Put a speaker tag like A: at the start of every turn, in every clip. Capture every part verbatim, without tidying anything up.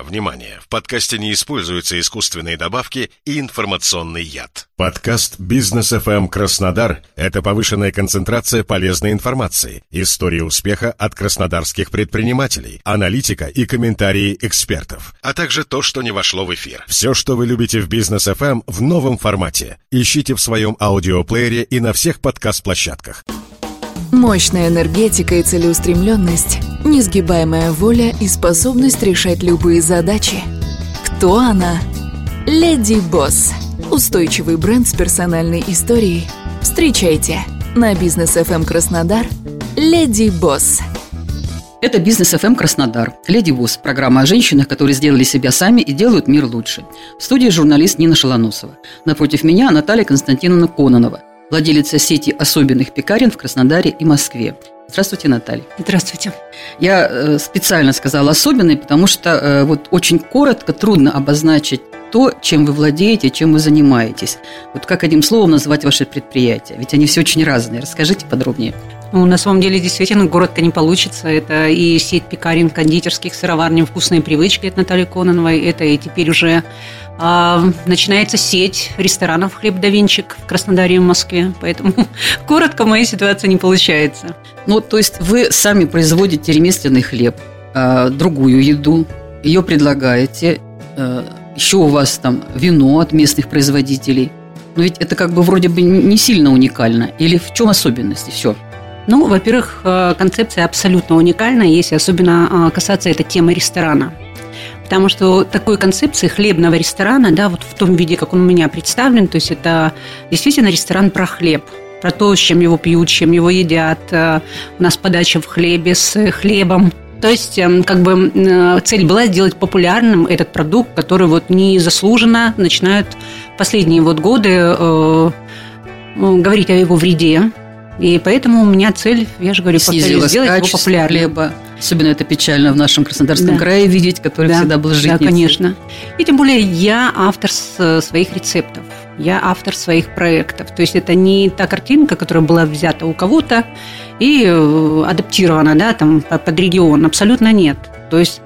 A: Внимание! В подкасте не используются искусственные добавки и информационный яд. Подкаст «Бизнес эф эм Краснодар» — это повышенная концентрация полезной информации, истории успеха от краснодарских предпринимателей, аналитика и комментарии экспертов, а также то, что не вошло в эфир. Все, что вы любите в «Бизнес эф эм» в новом формате. Ищите в своем аудиоплеере и на всех подкаст-площадках.
B: Мощная энергетика и целеустремленность, несгибаемая воля и способность решать любые задачи. Кто она? Леди Босс. Устойчивый бренд с персональной историей. Встречайте на Бизнес эф эм Краснодар Леди Босс.
C: Это Бизнес эф эм Краснодар. Леди Босс. Программа о женщинах, которые сделали себя сами и делают мир лучше. В студии журналист Нина Шалоносова. Напротив меня Наталья Константиновна Кононова, владелица сети особенных пекарен в Краснодаре и Москве. Здравствуйте, Наталья.
D: Здравствуйте.
C: Я э, специально сказала особенный, потому что э, вот очень коротко, трудно обозначить то, чем вы владеете, чем вы занимаетесь. Вот как одним словом назвать ваши предприятия? Ведь они все очень разные. Расскажите подробнее.
D: Ну, на самом деле, действительно, коротко не получится. Это и сеть пекарен, кондитерских, сыроварен, вкусные привычки от Натальи Кононовой. Это и теперь уже а, начинается сеть ресторанов «Хлеб да винчик» в Краснодаре и в Москве. Поэтому коротко моя ситуация не получается.
C: Ну, то есть вы сами производите ремесленный хлеб, а, другую еду, ее предлагаете. А, еще у вас там вино от местных производителей. Но ведь это как бы вроде бы не сильно уникально. Или в чем особенность? И все.
D: Ну, во-первых, концепция абсолютно уникальна, если особенно касаться этой темы ресторана. Потому что такой концепции хлебного ресторана, да, вот в том виде, как он у меня представлен, то есть это действительно ресторан про хлеб, про то, с чем его пьют, с чем его едят. У нас подача в хлебе с хлебом. То есть, как бы, цель была сделать популярным этот продукт, который вот незаслуженно начинают последние вот годы э, говорить о его вреде. И поэтому у меня цель, я же говорю, повторюсь, сделать его популярным.
C: Хлеба. Особенно это печально в нашем Краснодарском да. крае видеть, который да. всегда был житницей.
D: Да, конечно. И тем более я автор своих рецептов, я автор своих проектов. То есть это не та картинка, которая была взята у кого-то и адаптирована, да, там, под регион. Абсолютно нет. То есть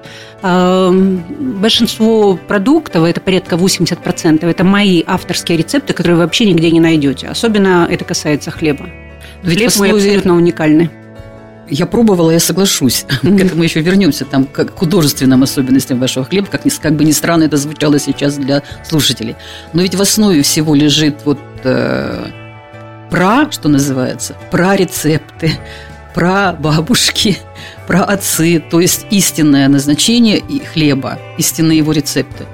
D: э, большинство продуктов, это порядка восемьдесят процентов, это мои авторские рецепты, которые вы вообще нигде не найдете. Особенно это касается хлеба.
C: Ведь
D: хлеб
C: основе...
D: мой абсолютно уникальный.
C: Я пробовала, я соглашусь. Mm-hmm. К этому еще вернемся, там, к художественным особенностям вашего хлеба, как, как бы ни странно это звучало сейчас для слушателей. Но ведь в основе всего лежит вот э, про, что называется, про рецепты, про бабушки, про отцы, то есть истинное назначение хлеба, истинные его рецепты.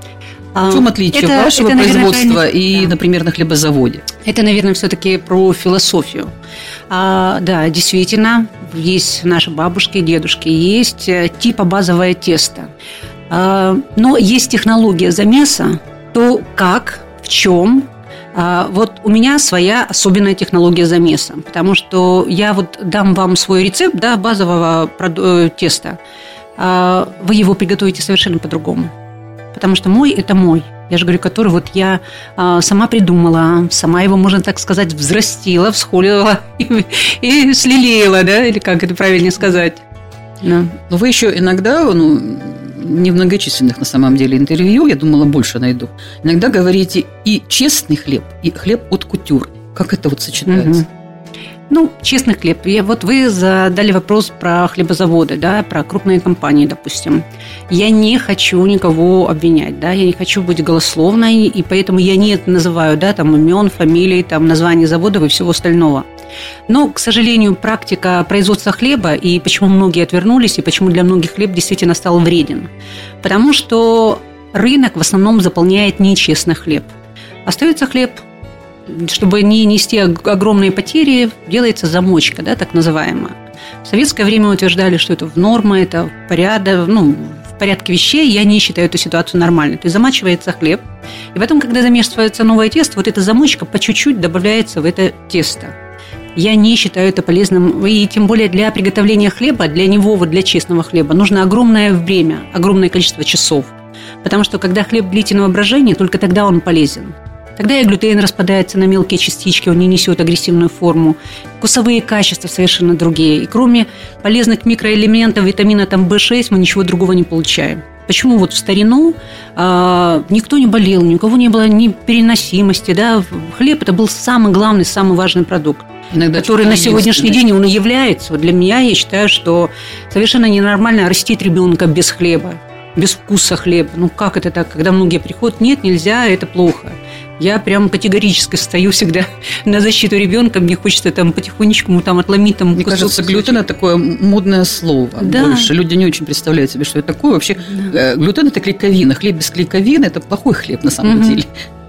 C: В чем отличие это, вашего это, производства наверное, и, да. например, на хлебозаводе?
D: Это, наверное, все-таки про философию. А, да, действительно, есть наши бабушки и дедушки, есть типа базовое тесто. А, но есть технология замеса, то как, в чем. А, вот у меня своя особенная технология замеса, потому что я вот дам вам свой рецепт, да, базового теста, а, вы его приготовите совершенно по-другому. Потому что мой – это мой. Я же говорю, который вот я а, сама придумала, сама его, можно так сказать, взрастила, всхолила и, и слелеяла, да, или как это правильнее сказать. Да.
C: Но вы еще иногда, ну, не в многочисленных на самом деле интервью, я думала, больше найду, иногда говорите и честный хлеб, и хлеб от кутюр. Как это вот сочетается?
D: Угу. Ну, честный хлеб. Я, вот вы задали вопрос про хлебозаводы, да, про крупные компании, допустим. Я не хочу никого обвинять, да, я не хочу быть голословной, и поэтому я не называю, да, там, имен, фамилий, там, названий заводов и всего остального. Но, к сожалению, практика производства хлеба, и почему многие отвернулись, и почему для многих хлеб действительно стал вреден. Потому что рынок в основном заполняет нечестный хлеб. Остается хлеб. Чтобы не нести огромные потери, делается замочка, да, так называемая. В советское время утверждали, что это норма, это в порядке, ну, в порядке вещей. Я не считаю эту ситуацию нормальной. То есть замачивается хлеб, и потом, когда замешивается новое тесто, вот эта замочка по чуть-чуть добавляется в это тесто. Я не считаю это полезным. И тем более для приготовления хлеба, для него, вот для честного хлеба, нужно огромное время, огромное количество часов. Потому что когда хлеб длительного брожения, только тогда он полезен. Тогда и глютен распадается на мелкие частички, он не несет агрессивную форму. Вкусовые качества совершенно другие. И кроме полезных микроэлементов, витамина там бэ шесть, мы ничего другого не получаем. Почему вот в старину э, никто не болел, ни у кого не было ни переносимости, да? Хлеб – это был самый главный, самый важный продукт. Иногда который на сегодняшний день он и является. Вот для меня, я считаю, что совершенно ненормально растить ребенка без хлеба, без вкуса хлеба. Ну, как это так? Когда многие приходят, нет, нельзя, это плохо. Я прям категорически стою всегда на защиту ребенка. Мне хочется там потихонечку ему там отломить. Там,
C: мне кажется, глютен – это такое модное слово. Да. Больше. Люди не очень представляют себе, что это такое. Вообще, да. Глютен – это клейковина. Хлеб без клейковины – это плохой хлеб на самом угу. деле.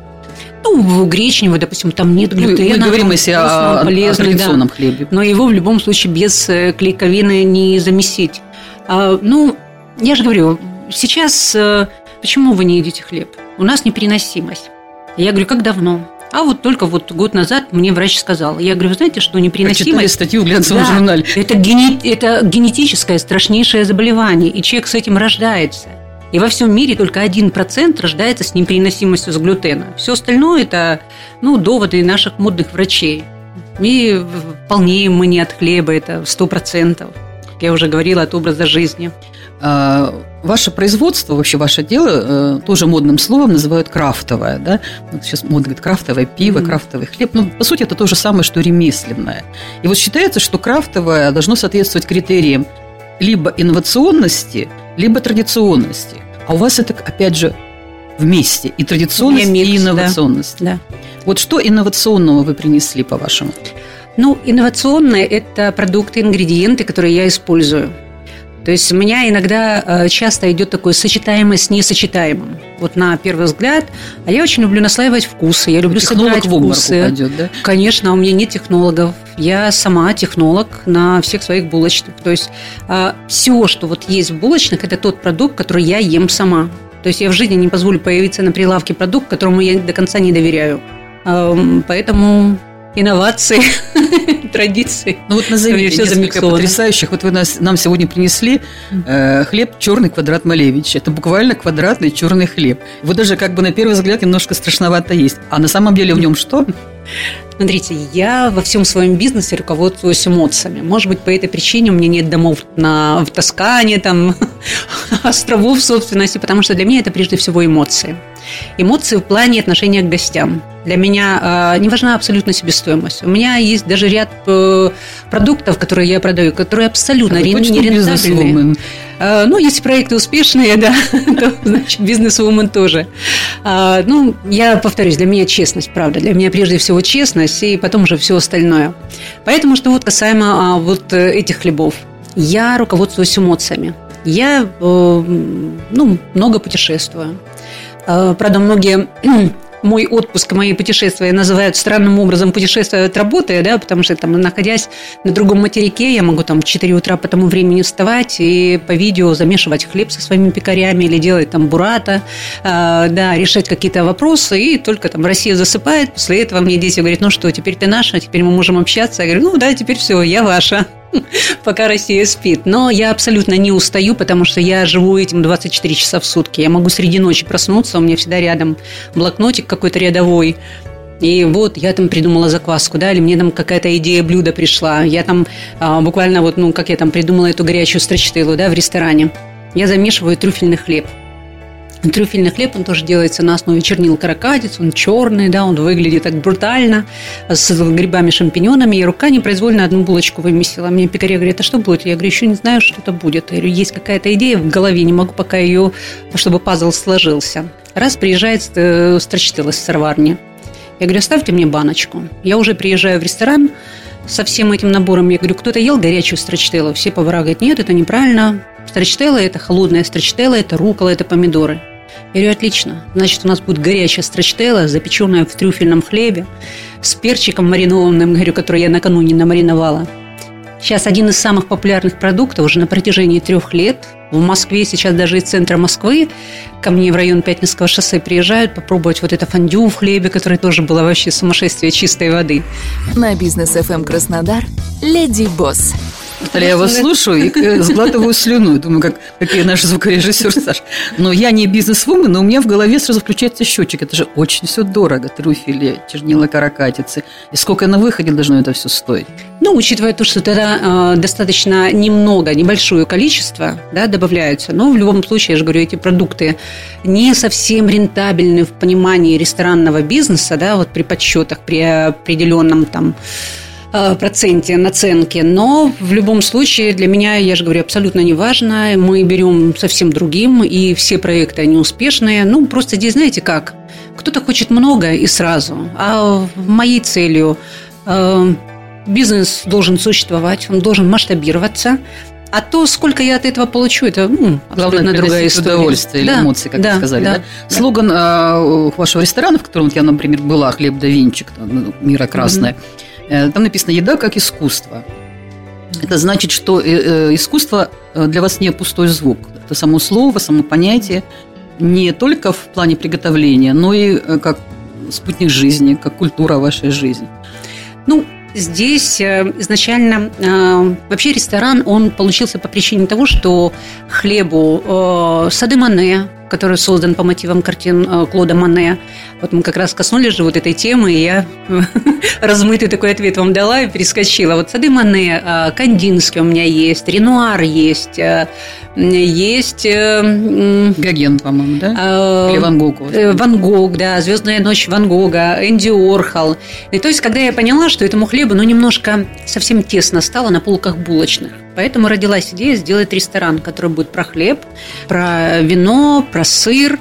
D: Ну, гречневый, допустим, там нет глютена.
C: Мы говорим, если о,
D: полезный,
C: о традиционном
D: да.
C: хлебе.
D: Но его в любом случае без клейковины не замесить. А, ну, я же говорю, сейчас почему вы не едите хлеб? У нас непереносимость. Я говорю, как давно? А вот только вот год назад мне врач сказал. Я говорю, вы знаете, что непереносимость...
C: Прочитали статью в глянцевом да, журнале.
D: Это, гене... это генетическое страшнейшее заболевание, и человек с этим рождается. И во всем мире только один процент рождается с непереносимостью с глютена. Все остальное – это ну, доводы наших модных врачей. И полнеем мы не от хлеба, это сто процентов. Как я уже говорила, от образа жизни.
C: А, ваше производство, вообще ваше дело, тоже модным словом называют крафтовое. Да? Вот сейчас модно говорит крафтовое пиво, mm-hmm. крафтовый хлеб. Ну, по сути, это то же самое, что ремесленное. И вот считается, что крафтовое должно соответствовать критериям либо инновационности, либо традиционности. А у вас это, опять же, вместе. И традиционность, микс, и инновационность.
D: Да.
C: Вот что инновационного вы принесли, по-вашему?
D: Ну, инновационное – это продукты, ингредиенты, которые я использую. То есть у меня иногда часто идет такое сочетаемое с несочетаемым. Вот на первый взгляд. А я очень люблю наслаивать вкусы. Я люблю
C: технолог
D: собирать
C: в обморок
D: вкусы.
C: Упадет, да?
D: Конечно, у меня нет технологов. Я сама технолог на всех своих булочных. То есть все, что вот есть в булочных, это тот продукт, который я ем сама. То есть я в жизни не позволю появиться на прилавке продукт, которому я до конца не доверяю. Поэтому... инновации, традиции.
C: Ну вот назовите несколько потрясающих. Вот вы нас, нам сегодня принесли э, хлеб черный квадрат Малевич. Это буквально квадратный черный хлеб. Вот даже как бы на первый взгляд немножко страшновато есть. А на самом деле в нем что?
D: Смотрите, я во всем своем бизнесе руководствуюсь эмоциями. Может быть, по этой причине у меня нет домов на, в Тоскане, там, островов собственности, потому что для меня это прежде всего эмоции. Эмоции в плане отношения к гостям. Для меня э, не важна абсолютно себестоимость. У меня есть даже ряд э, продуктов, которые я продаю, которые абсолютно нерентабельные. Э, ну, если проекты успешные, да, то, значит, бизнес-вумен тоже. Э, ну, я повторюсь, для меня честность, правда. Для меня прежде всего честность, и потом уже все остальное. Поэтому, что вот касаемо э, вот этих хлебов. Я руководствуюсь эмоциями. Я, э, ну, много путешествую. Э, правда, многие... Мой отпуск, мои путешествия называют странным образом путешествия от работы, да, потому что там, находясь на другом материке, я могу там в четыре утра по тому времени вставать и по видео замешивать хлеб со своими пекарями или делать там буррата, э, да, решать какие-то вопросы, и только там Россия засыпает, после этого мне дети говорят, ну что, теперь ты наша, теперь мы можем общаться. Я говорю, ну да, теперь все, я ваша. Пока Россия спит. Но я абсолютно не устаю, потому что я живу этим двадцать четыре часа в сутки. Я могу среди ночи проснуться, у меня всегда рядом блокнотик какой-то рядовой. И вот я там придумала закваску, да, или мне там какая-то идея блюда пришла. Я там а, буквально вот, ну, как я там придумала эту горячую страчителлу, да, в ресторане. Я замешиваю трюфельный хлеб. Трюфельный хлеб, он тоже делается на основе чернил каракатиц, он черный, да, он выглядит так брутально, с грибами, шампиньонами, и рука непроизвольно одну булочку вымесила. Мне пекаря говорит, а что будет? Я говорю, еще не знаю, что это будет. Я говорю, есть какая-то идея в голове, не могу пока ее, чтобы пазл сложился. Раз приезжает страчителла с сыроварни, я говорю, оставьте мне баночку. Я уже приезжаю в ресторан со всем этим набором, я говорю, кто-то ел горячую страчителлу? Все повара говорят, нет, это неправильно. Страчителла – это холодная страчителла, это руккола, это помидоры. Я говорю, отлично. Значит, у нас будет горячая страчителла, запеченная в трюфельном хлебе, с перчиком маринованным, говорю, который я накануне намариновала. Сейчас один из самых популярных продуктов уже на протяжении трех лет. В Москве, сейчас даже из центра Москвы, ко мне в район Пятницкого шоссе приезжают попробовать вот это фондю в хлебе, которое тоже было вообще сумасшествие чистой воды.
B: На Бизнес эф эм Краснодар «Леди Босс».
C: Я вас слушаю и сглатываю слюну. Думаю, как, какой наш звукорежиссер Саша. Но я не бизнес-вумен, но у меня в голове сразу включается счетчик. Это же очень все дорого. Трюфели, чернила каракатицы. И сколько на выходе должно это все стоить?
D: Ну, учитывая то, что тогда э, достаточно немного, небольшое количество, да, добавляются. Но в любом случае, я же говорю, эти продукты не совсем рентабельны в понимании ресторанного бизнеса, да, вот при подсчетах, при определенном там проценте наценки, но в любом случае для меня, я же говорю, абсолютно не важно. Мы берем совсем другим, и все проекты, они успешные. Ну, просто здесь, знаете как, кто-то хочет много и сразу, а моей целью э, бизнес должен существовать, он должен масштабироваться. А то, сколько я от этого получу, это ну, абсолютно другая история.
C: Удовольствие или
D: да,
C: эмоции, как
D: да,
C: вы сказали.
D: Да,
C: да?
D: Да.
C: Слоган э, вашего ресторана, в котором я, например, была, «Хлеб да винчик», там, «Мира красная», mm-hmm. там написано «Еда как искусство». Это значит, что искусство для вас не пустой звук. Это само слово, само понятие не только в плане приготовления, но и как спутник жизни, как культура вашей жизни.
D: Ну, здесь изначально вообще ресторан, он получился по причине того, что хлебу Саде Мане, который создан по мотивам картин Клода Мане. Вот мы как раз коснулись же вот этой темы, и я размытый такой ответ вам дала и перескочила. Вот Саде Мане, Кандинский у меня есть, Ренуар есть, есть...
C: Гоген, по-моему, да? Или Ван Гог?
D: Ван Гог, да, «Звездная ночь» Ван Гога, Энди Уорхол. И то есть, когда я поняла, что этому хлебу, ну, немножко совсем тесно стало на полках булочных, поэтому родилась идея сделать ресторан, который будет про хлеб, про вино, про сыр.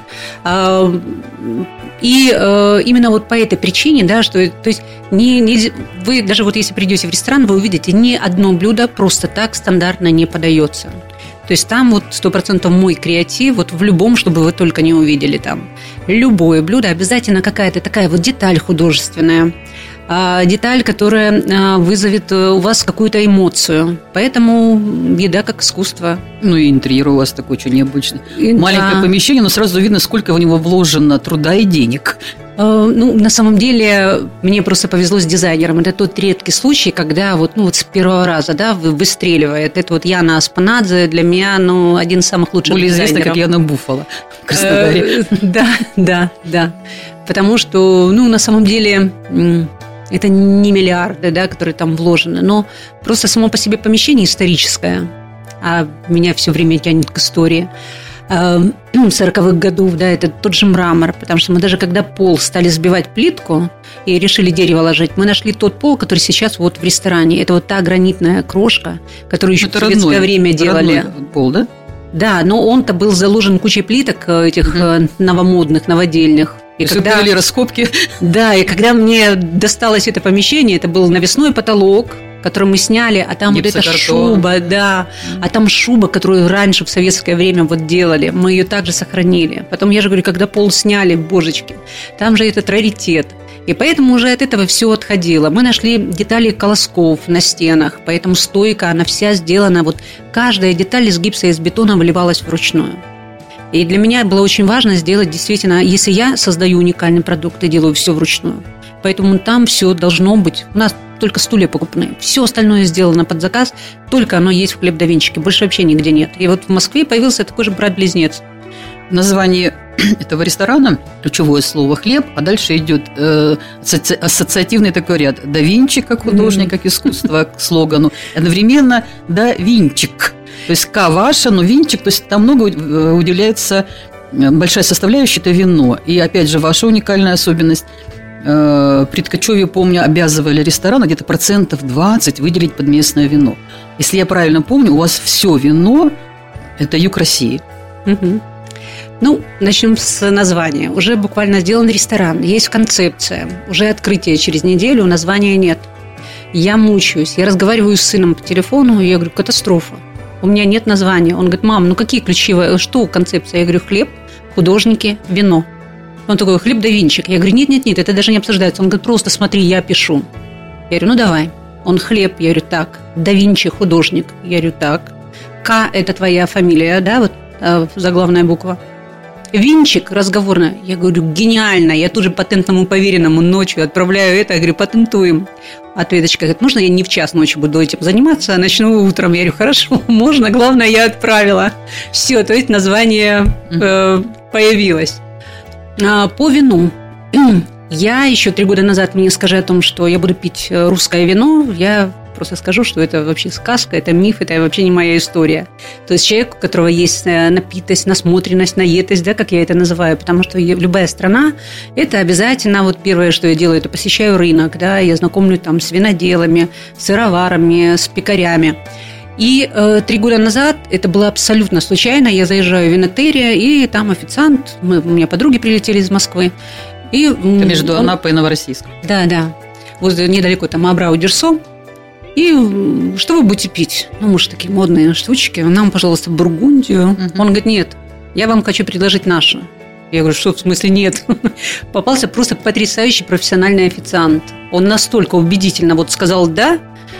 D: И именно вот по этой причине, да, что то есть не, не, вы даже вот если придете в ресторан, вы увидите, ни одно блюдо просто так стандартно не подается. То есть там вот сто процентов мой креатив, вот в любом, чтобы вы только не увидели там. Любое блюдо, обязательно какая-то такая вот деталь художественная, деталь, которая вызовет у вас какую-то эмоцию. Поэтому еда как искусство.
C: Ну и интерьер у вас такой очень необычный.
D: И,
C: маленькое
D: да.
C: помещение, но сразу видно, сколько в него вложено труда и денег.
D: Ну, на самом деле, мне просто повезло с дизайнером. Это тот редкий случай, когда вот, ну, вот с первого раза, да, выстреливает. Это вот Яна Аспанадзе для меня, ну, один из самых лучших
C: более
D: дизайнеров.
C: Более известно, как Яна Буффало в Краснодаре.
D: Да, да, да. Потому что, ну, на самом деле... Это не миллиарды, да, которые там вложены, но просто само по себе помещение историческое, а меня все время тянет к истории. сороковых годов, да, это тот же мрамор, потому что мы даже когда пол стали сбивать плитку и решили дерево ложить, мы нашли тот пол, который сейчас вот в ресторане. Это вот та гранитная крошка, которую еще это в советское родной, время делали.
C: Пол, да?
D: Да, но он-то был заложен кучей плиток этих угу. новомодных, новодельных.
C: И то когда были раскопки.
D: Да, и когда мне досталось это помещение, это был навесной потолок, который мы сняли, а там вот эта шуба, да, а там шуба, которую раньше в советское время вот делали, мы ее также сохранили. Потом, я же говорю, когда пол сняли, божечки, там же этот раритет. И поэтому уже от этого все отходило. Мы нашли детали колосков на стенах, поэтому стойка, она вся сделана, вот каждая деталь из гипса и из бетона выливалась вручную. И для меня было очень важно сделать действительно, если я создаю уникальный продукт и делаю все вручную, поэтому там все должно быть. У нас только стулья покупные. Все остальное сделано под заказ, только оно есть в «Хлеб да винчике». Больше вообще нигде нет. И вот в Москве появился такой же брат-близнец.
C: В названии этого ресторана ключевое слово «хлеб», а дальше идет э, асоци... ассоциативный такой ряд. Да Винчи как художник, как искусство, к слогану. Одновременно да Винчик. То есть К ваша, но винчик, то есть там много уделяется, большая составляющая – это вино. И опять же, ваша уникальная особенность. При Ткачеве, помню, обязывали рестораны где-то процентов двадцать выделить под местное вино. Если я правильно помню, у вас все вино – это юг России.
D: Угу. Ну, начнем с названия. Уже буквально сделан ресторан, есть концепция. Уже открытие через неделю, названия нет. Я мучаюсь, я разговариваю с сыном по телефону, и я говорю, катастрофа. У меня нет названия. Он говорит, мам, ну какие ключевые, что концепция? Я говорю, хлеб, художники, вино. Он такой, «Хлеб да винчик». Я говорю, нет-нет-нет, это даже не обсуждается. Он говорит, просто смотри, я пишу. Я говорю, ну давай. Он хлеб, я говорю, так. Да Винчи, художник. Я говорю, так. К – это твоя фамилия, да, вот заглавная буква. винчик разговорно. Я говорю, гениально. Я тут же патентному поверенному ночью отправляю это. Я говорю, патентуем. Ответочка говорит, можно я не в час ночи буду этим заниматься, а начну утром? Я говорю, хорошо, можно. Главное, я отправила. Все, то есть название э, появилось. А, по вину. Я еще три года назад мне скажи о том, что я буду пить русское вино, я просто скажу, что это вообще сказка, это миф, это вообще не моя история. То есть человек, у которого есть напитость, насмотренность, наетость, да, как я это называю, потому что любая страна, это обязательно, вот первое, что я делаю, это посещаю рынок, да, я знакомлюсь там с виноделами, сыроварами, с пекарями. И э, три года назад это было абсолютно случайно, я заезжаю в винотерия, и там официант, мы, у меня подруги прилетели из Москвы. И,
C: это между
D: он,
C: Анапой и Новороссийском.
D: Да, да. Возле недалеко там Абрау-Дюрсо. И что вы будете пить? Ну, может, такие модные штучки. Нам, пожалуйста, бургундию. Uh-huh. Он говорит, нет, я вам хочу предложить нашу. Я говорю, что в смысле нет? Попался просто потрясающий профессиональный официант. Он настолько убедительно вот сказал «да».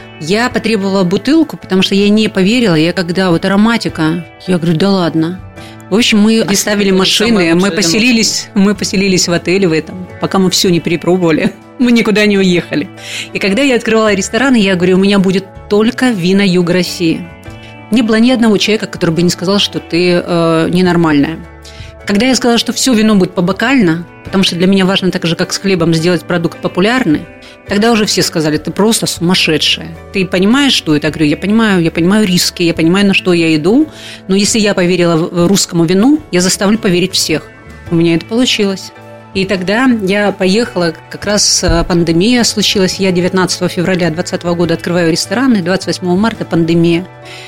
D: Я потребовала бутылку, потому что я не поверила. Я когда вот ароматика, я говорю, да ладно. В общем, мы оставили машины, мы поселились, мы поселились в отеле в этом, пока мы все не перепробовали, мы никуда не уехали. И когда я открывала ресторан, я говорю, у меня будет только вина Юга России. Не было ни одного человека, который бы не сказал, что ты э, ненормальная. Когда я сказала, что все вино будет побокально, потому что для меня важно так же, как с хлебом, сделать продукт популярный, тогда уже все сказали, ты просто сумасшедшая. Ты понимаешь, что это? Я говорю, я понимаю, я понимаю риски, я понимаю, на что я иду, но если я поверила русскому вину, я заставлю поверить всех. У меня это получилось. И тогда я поехала, как раз пандемия случилась, я девятнадцатого февраля двадцатого года открываю ресторан, и двадцать восьмого марта пандемия.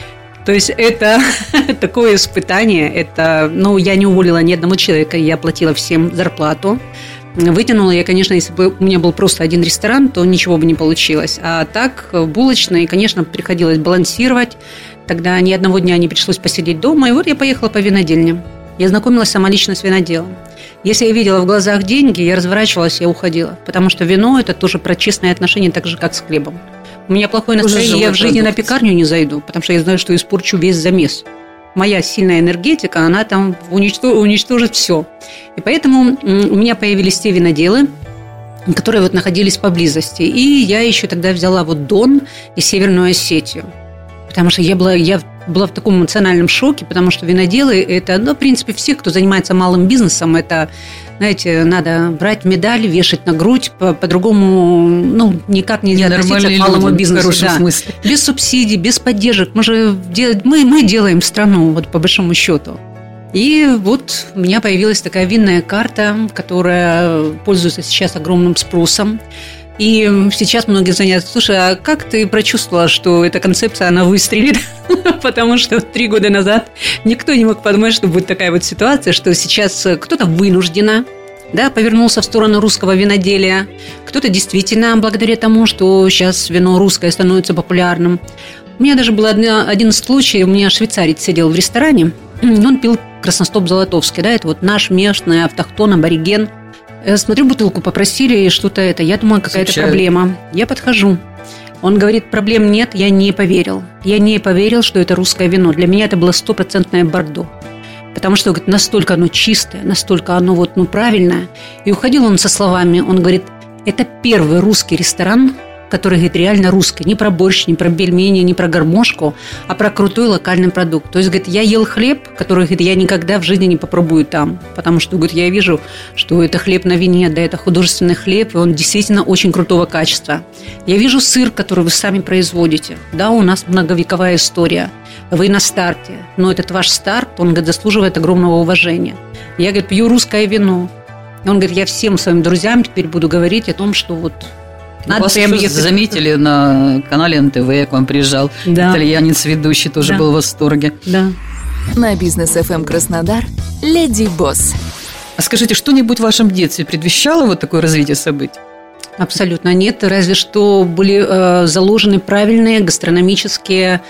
D: То есть это такое испытание, это, ну, я не уволила ни одного человека, я платила всем зарплату. Вытянула я, конечно, если бы у меня был просто один ресторан, то ничего бы не получилось. А так, булочные, конечно, приходилось балансировать. Тогда ни одного дня не пришлось посидеть дома. И вот я поехала по винодельням. Я знакомилась сама лично с виноделом. Если я видела в глазах деньги, я разворачивалась, я уходила. Потому что вино – это тоже про честные отношения, так же, как с хлебом. У меня плохое настроение, я в жизни продукт. На пекарню не зайду, потому что я знаю, что испорчу весь замес. Моя сильная энергетика, она там уничтожит, уничтожит все. И поэтому у меня появились те виноделы, которые вот находились поблизости. И я еще тогда взяла вот Дон и Северную Осетию. Потому что я была, я была в таком эмоциональном шоке, потому что виноделы – это, ну, в принципе, все, кто занимается малым бизнесом, это, знаете, надо брать медаль, вешать на грудь, по- по-другому, ну, никак нельзя относиться к малому люди, бизнесу. В хорошем да. смысле. Без субсидий, без поддержек. Мы же дел- мы, мы делаем страну, вот по большому счету. И вот у меня появилась такая винная карта, которая пользуется сейчас огромным спросом. И сейчас многие звонят, слушай, а как ты прочувствовала, что эта концепция, она выстрелит? Потому что три года назад никто не мог подумать, что будет такая вот ситуация, что сейчас кто-то вынужденно, да, повернулся в сторону русского виноделия, кто-то действительно благодаря тому, что сейчас вино русское становится популярным. У меня даже был один случай, у меня швейцарец сидел в ресторане, он пил красностоп золотовский, да, это вот наш местный автохтон, абориген. Я смотрю, бутылку попросили, и что-то это. Я думаю, какая-то Случайно. проблема. Я подхожу. Он говорит, проблем нет, я не поверил. Я не поверил, что это русское вино. Для меня это было стопроцентное бордо. Потому что, говорит, настолько оно чистое, настолько оно вот, ну, правильное. И уходил он со словами, он говорит, это первый русский ресторан, который, говорит, реально русский. Не про борщ, не про пельмени, не про гармошку, а про крутой локальный продукт. То есть, говорит, я ел хлеб, который, говорит, я никогда в жизни не попробую там. Потому что, говорит, я вижу, что это хлеб на вине, да, это художественный хлеб, и он действительно очень крутого качества. Я вижу сыр, который вы сами производите. Да, у нас многовековая история. Вы на старте. Но этот ваш старт, он, говорит, заслуживает огромного уважения. Я, говорит, пью русское вино. И он говорит, я всем своим друзьям теперь буду говорить о том, что вот
C: Надо Вас прям ехать. Заметили на канале эн тэ вэ, к вам приезжал да. итальянец, ведущий, тоже да. был в восторге.
B: Да. На Бизнес эф эм Краснодар «Леди Босс».
C: А скажите, что-нибудь в вашем детстве предвещало вот такое развитие событий?
D: Абсолютно нет, разве что были э, заложены правильные гастрономические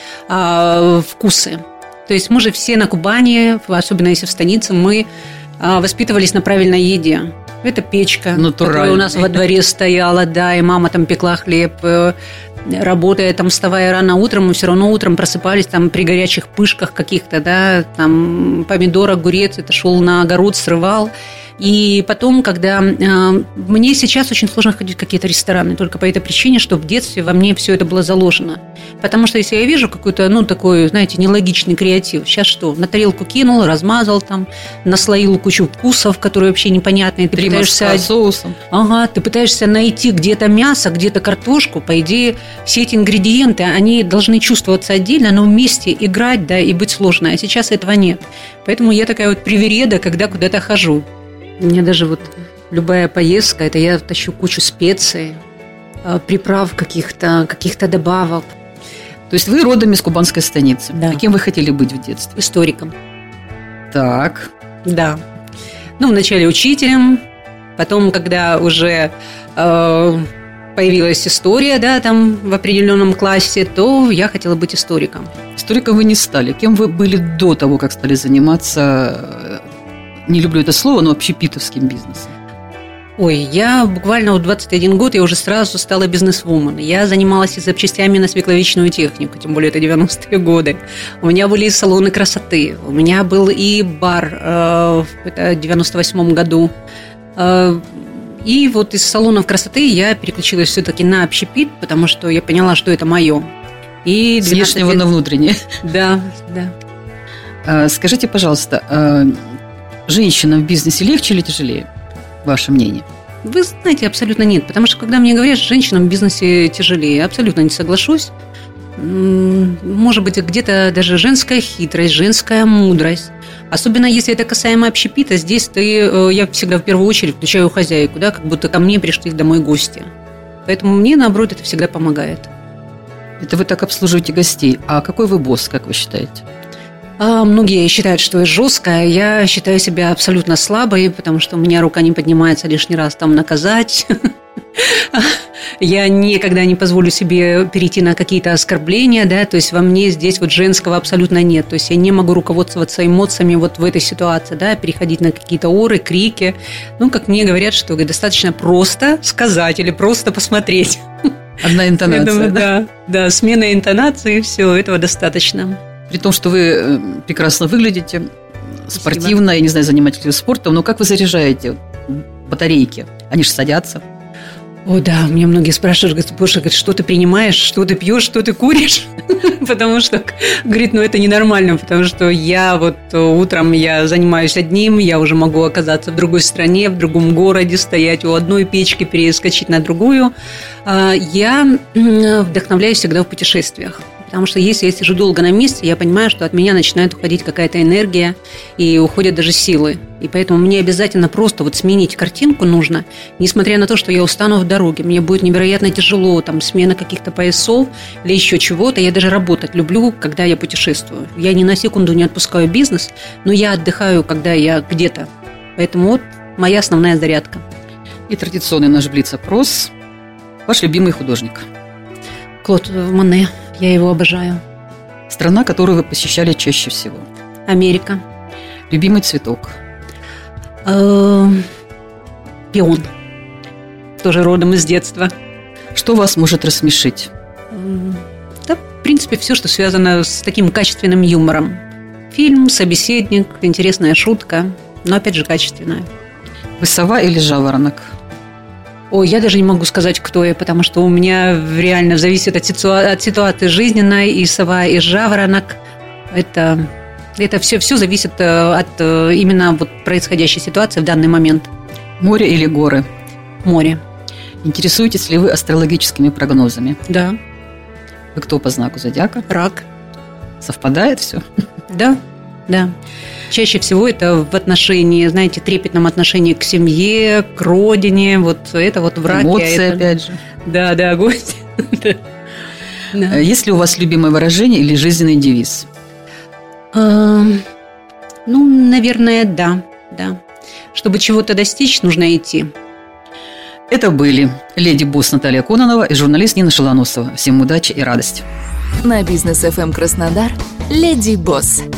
D: э, вкусы. То есть мы же все на Кубани, особенно если в станице, мы э, воспитывались на правильной еде. Это печка, которая у нас во дворе стояла, да, и мама там пекла хлеб. работая, там, вставая рано утром, мы все равно утром просыпались там при горячих пышках каких-то, да, там, помидор, огурец, это шел на огород, срывал. И потом, когда э, мне сейчас очень сложно ходить в какие-то рестораны, только по этой причине, что в детстве во мне все это было заложено. Потому что если я вижу какой-то, ну, такой, знаете, нелогичный креатив, сейчас что, на тарелку кинул, размазал там, наслоил кучу вкусов, которые вообще непонятные. Ты
C: Три
D: пытаешься
C: соусом.
D: Ага, ты пытаешься найти где-то мясо, где-то картошку. По идее, все эти ингредиенты, они должны чувствоваться отдельно, но вместе играть, да, и быть сложно. А сейчас этого нет. Поэтому я такая вот привереда, когда куда-то хожу. У меня даже вот любая поездка, это я тащу кучу специй, приправ каких-то, каких-то добавок.
C: То есть вы родом из кубанской станицы.
D: Да.
C: А кем вы хотели быть в детстве?
D: Историком.
C: Так.
D: Да. Ну, вначале учителем, потом, когда уже э, появилась история, да, там в определенном классе, то я хотела быть историком.
C: Историком вы не стали. Кем вы были до того, как стали заниматься, не люблю это слово, но общепитовским бизнесом?
D: Ой, я буквально в двадцать один год я уже сразу стала бизнес-вумен. Я занималась и запчастями на свекловичную технику, тем более это девяностые годы. У меня были и салоны красоты, у меня был и бар, э, это в девяносто восьмом году. Э, и вот из салонов красоты я переключилась все-таки на общепит, потому что я поняла, что это мое. И
C: с внешнего лет... на внутреннее.
D: Да, да.
C: А, скажите, пожалуйста, женщинам в бизнесе легче или тяжелее? Ваше мнение?
D: Вы знаете, абсолютно нет. Потому что, когда мне говорят, что женщинам в бизнесе тяжелее, абсолютно не соглашусь. Может быть, где-то даже женская хитрость, женская мудрость. Особенно, если это касаемо общепита. Здесь ты, я всегда в первую очередь включаю хозяйку, да, как будто ко мне пришли домой гости. Поэтому мне, наоборот, это всегда помогает.
C: Это вы так обслуживаете гостей. А какой вы босс, как вы считаете?
D: А многие считают, что я жесткая. Я считаю себя абсолютно слабой, потому что у меня рука не поднимается лишний раз там наказать. Я никогда не позволю себе перейти на какие-то оскорбления, да, то есть во мне здесь вот женского абсолютно нет. То есть я не могу руководствоваться эмоциями вот в этой ситуации, да, переходить на какие-то оры, крики. Ну, как мне говорят, что достаточно просто сказать или просто посмотреть.
C: Одна интонация,
D: думаю,
C: да?
D: Да, да, смена интонации, все, этого достаточно.
C: При том, что вы прекрасно выглядите, спортивно, Спасибо. Я не знаю, занимаетесь спортом, но как вы заряжаете батарейки? Они же садятся.
D: О, да, мне многие спрашивают, говорят, боже, что ты принимаешь, что ты пьешь, что ты куришь? Потому что, говорит, ну это ненормально, потому что я вот утром я занимаюсь одним, я уже могу оказаться в другой стране, в другом городе, стоять у одной печки, перескочить на другую. Я вдохновляюсь всегда в путешествиях. Потому что если я сижу долго на месте, я понимаю, что от меня начинает уходить какая-то энергия и уходят даже силы. И поэтому мне обязательно просто вот сменить картинку нужно, несмотря на то, что я устану в дороге. Мне будет невероятно тяжело, там, смена каких-то поясов или еще чего-то. Я даже работать люблю, когда я путешествую. Я ни на секунду не отпускаю бизнес, но я отдыхаю, когда я где-то. Поэтому вот моя основная зарядка.
C: И традиционный наш блиц-опрос. Ваш любимый художник?
D: Клод Моне. Я его обожаю.
C: Страна, которую вы посещали чаще всего?
D: Америка.
C: Любимый цветок?
D: Пион. Тоже родом из детства.
C: Что вас может рассмешить?
D: Да, в принципе, все, что связано с таким качественным юмором. Фильм, собеседник, интересная шутка, но опять же качественная.
C: Вы сова или жаворонок?
D: Ой, я даже не могу сказать, кто я, потому что у меня реально зависит от, ситуа- от ситуации жизненной, и сова, и жаворонок. Это, это все, все зависит от именно вот происходящей ситуации в данный момент.
C: Море или горы?
D: Море.
C: Интересуетесь ли вы астрологическими прогнозами?
D: Да.
C: Вы кто по знаку зодиака?
D: Рак.
C: Совпадает все?
D: Да, да. Чаще всего это в отношении, знаете, трепетном отношении к семье, к родине. Вот это вот в раке.
C: Эмоции,
D: это...
C: опять же.
D: Да, да, гость.
C: Есть ли у вас любимое выражение или жизненный девиз?
D: Ну, наверное, да, да. Чтобы чего-то достичь, нужно идти.
C: Это были леди-босс Наталья Кононова и журналист Нина Шелоносова. Всем удачи и радости.
B: На Бизнес эф эм Краснодар «Леди Босс».